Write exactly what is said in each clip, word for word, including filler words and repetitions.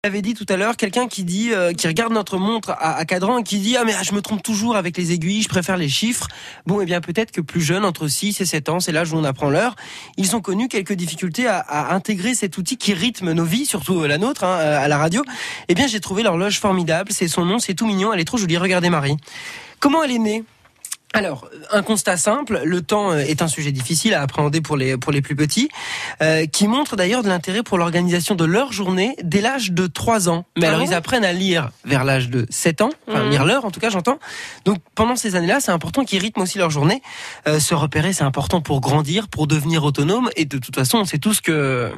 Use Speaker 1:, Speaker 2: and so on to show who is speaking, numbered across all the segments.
Speaker 1: J'avais dit tout à l'heure, quelqu'un qui dit, euh, qui regarde notre montre à, à cadran et qui dit ah mais je me trompe toujours avec les aiguilles, je préfère les chiffres. Bon, et eh bien peut-être que plus jeunes, entre six et sept ans, c'est l'âge où on apprend l'heure, ils ont connu quelques difficultés à, à intégrer cet outil qui rythme nos vies, surtout la nôtre, hein, à la radio. Eh bien j'ai trouvé l'horloge formidable, c'est son nom, c'est tout mignon, elle est trop jolie. Regardez Marie. Comment elle est née ? Alors, un constat simple, le temps est un sujet difficile à appréhender pour les pour les plus petits, euh, qui montre d'ailleurs de l'intérêt pour l'organisation de leur journée dès l'âge de trois ans. Mais ah alors, bon ils apprennent à lire vers l'âge de sept ans, enfin mmh. lire l'heure en tout cas, j'entends. Donc, pendant ces années-là, c'est important qu'ils rythment aussi leur journée. Euh, se repérer, c'est important pour grandir, pour devenir autonome. Et de toute façon, on sait tous que...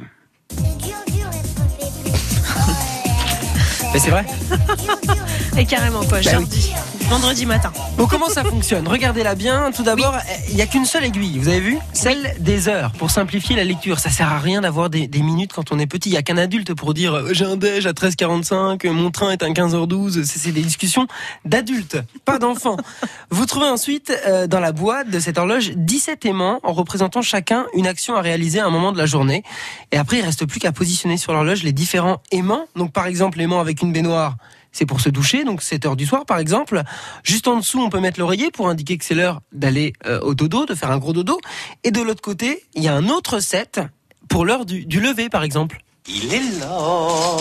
Speaker 1: Mais c'est vrai.
Speaker 2: Et carrément quoi, bah oui. Vendredi matin.
Speaker 1: Bon, comment ça fonctionne ? Regardez-la bien. Tout d'abord, il oui. n'y a qu'une seule aiguille, vous avez vu ? Celle oui. des heures, pour simplifier la lecture. Ça sert à rien d'avoir des, des minutes quand on est petit. Il n'y a qu'un adulte pour dire euh, j'ai un déj à treize heures quarante-cinq, mon train est à quinze heures douze. C'est, c'est des discussions d'adultes, pas d'enfants. Vous trouvez ensuite euh, dans la boîte de cette horloge dix-sept aimants en représentant chacun une action à réaliser à un moment de la journée. Et après, il ne reste plus qu'à positionner sur l'horloge les différents aimants. Donc par exemple, l'aimant avec une baignoire, c'est pour se doucher, donc sept heures du soir par exemple. Juste en dessous, on peut mettre l'oreiller pour indiquer que c'est l'heure d'aller euh, au dodo, de faire un gros dodo. Et de l'autre côté, il y a un autre set pour l'heure du, du lever par exemple.
Speaker 3: Il est l'heure,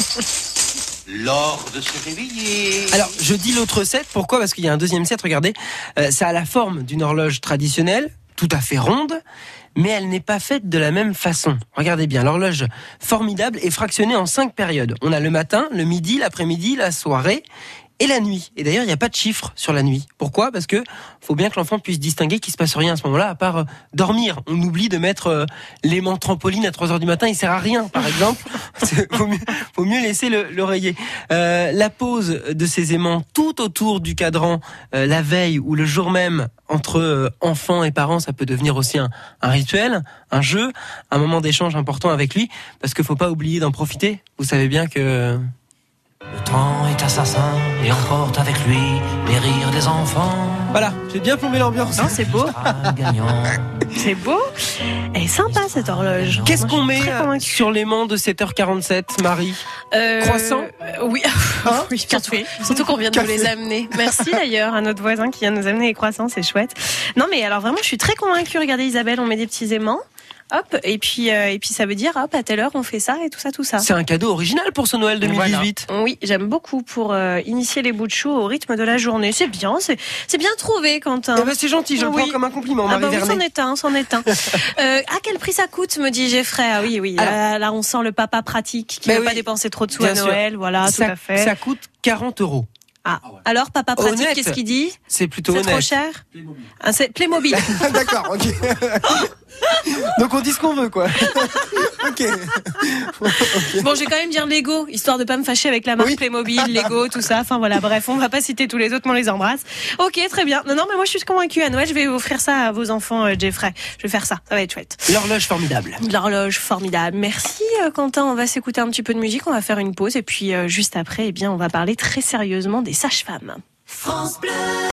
Speaker 3: l'heure de se réveiller.
Speaker 1: Alors, je dis l'autre set, pourquoi ? Parce qu'il y a un deuxième set, regardez. Euh, ça a la forme d'une horloge traditionnelle, tout à fait ronde, mais elle n'est pas faite de la même façon. Regardez bien, l'horloge formidable est fractionnée en cinq périodes. On a le matin, le midi, l'après-midi, la soirée et la nuit. Et d'ailleurs, il n'y a pas de chiffre sur la nuit. Pourquoi ? Parce que faut bien que l'enfant puisse distinguer qu'il ne se passe rien à ce moment-là, à part euh, dormir. On oublie de mettre euh, l'aimant trampoline à trois heures du matin, il sert à rien, par exemple. faut, mieux, faut mieux laisser le, l'oreiller. Euh, la pose de ces aimants tout autour du cadran, euh, la veille ou le jour même, entre euh, enfants et parents, ça peut devenir aussi un, un rituel, un jeu, un moment d'échange important avec lui, parce qu'il ne faut pas oublier d'en profiter. Vous savez bien que...
Speaker 4: Le temps est assassin et emporte avec lui les rires des enfants.
Speaker 1: Voilà, j'ai bien plombé l'ambiance.
Speaker 2: Non, c'est beau. C'est beau. Elle est sympa cette horloge.
Speaker 1: Qu'est-ce Moi, qu'on met sur l'aimant de sept heures quarante-sept, Marie ?
Speaker 2: euh,
Speaker 1: Croissant ?
Speaker 2: euh, Oui, hein oui, surtout, surtout qu'on vient de nous les amener. Merci d'ailleurs à notre voisin qui vient de nous amener les croissants, c'est chouette. Non mais alors vraiment, je suis très convaincue. Regardez Isabelle, on met des petits aimants. Hop, et puis euh, et puis ça veut dire hop à telle heure on fait ça et tout ça tout ça.
Speaker 1: C'est un cadeau original pour ce Noël deux mille dix-huit.
Speaker 2: Voilà. Oui, j'aime beaucoup pour euh, initier les bouts de chou au rythme de la journée. C'est bien, c'est c'est bien trouvé Quentin.
Speaker 1: Eh ben c'est gentil, je oui. le prends comme un compliment.
Speaker 2: Ah
Speaker 1: Marie
Speaker 2: bah oui,
Speaker 1: Vernet.
Speaker 2: c'en est un, c'en est un. euh, à quel prix ça coûte, me dit Geoffrey. Ah oui oui, Alors, là, là on sent le papa pratique qui ne veut oui. pas dépenser trop de sous bien à Noël, sûr. Voilà,
Speaker 1: ça,
Speaker 2: tout à fait.
Speaker 1: Ça coûte quarante euros.
Speaker 2: Ah, alors papa pratique,
Speaker 1: honnête.
Speaker 2: Qu'est-ce qu'il dit ?
Speaker 1: C'est plutôt
Speaker 2: c'est
Speaker 1: honnête.
Speaker 2: trop cher. Playmobil. Ah, c'est Playmobil.
Speaker 1: D'accord, ok. Donc on dit ce qu'on veut, quoi. okay. okay.
Speaker 2: Bon, je vais quand même dire Lego, histoire de pas me fâcher avec la marque oui. Playmobil, Lego, tout ça. Enfin voilà, bref, on va pas citer tous les autres, mais on les embrasse. Ok, très bien. Non, non, mais moi je suis convaincue. À Noël, je vais offrir ça à vos enfants, euh, Geoffrey. Je vais faire ça, ça va être chouette.
Speaker 1: L'horloge formidable.
Speaker 2: L'horloge formidable. Merci, euh, Quentin. On va s'écouter un petit peu de musique, on va faire une pause et puis euh, juste après, eh bien, on va parler très sérieusement des sages-femmes. France Bleu.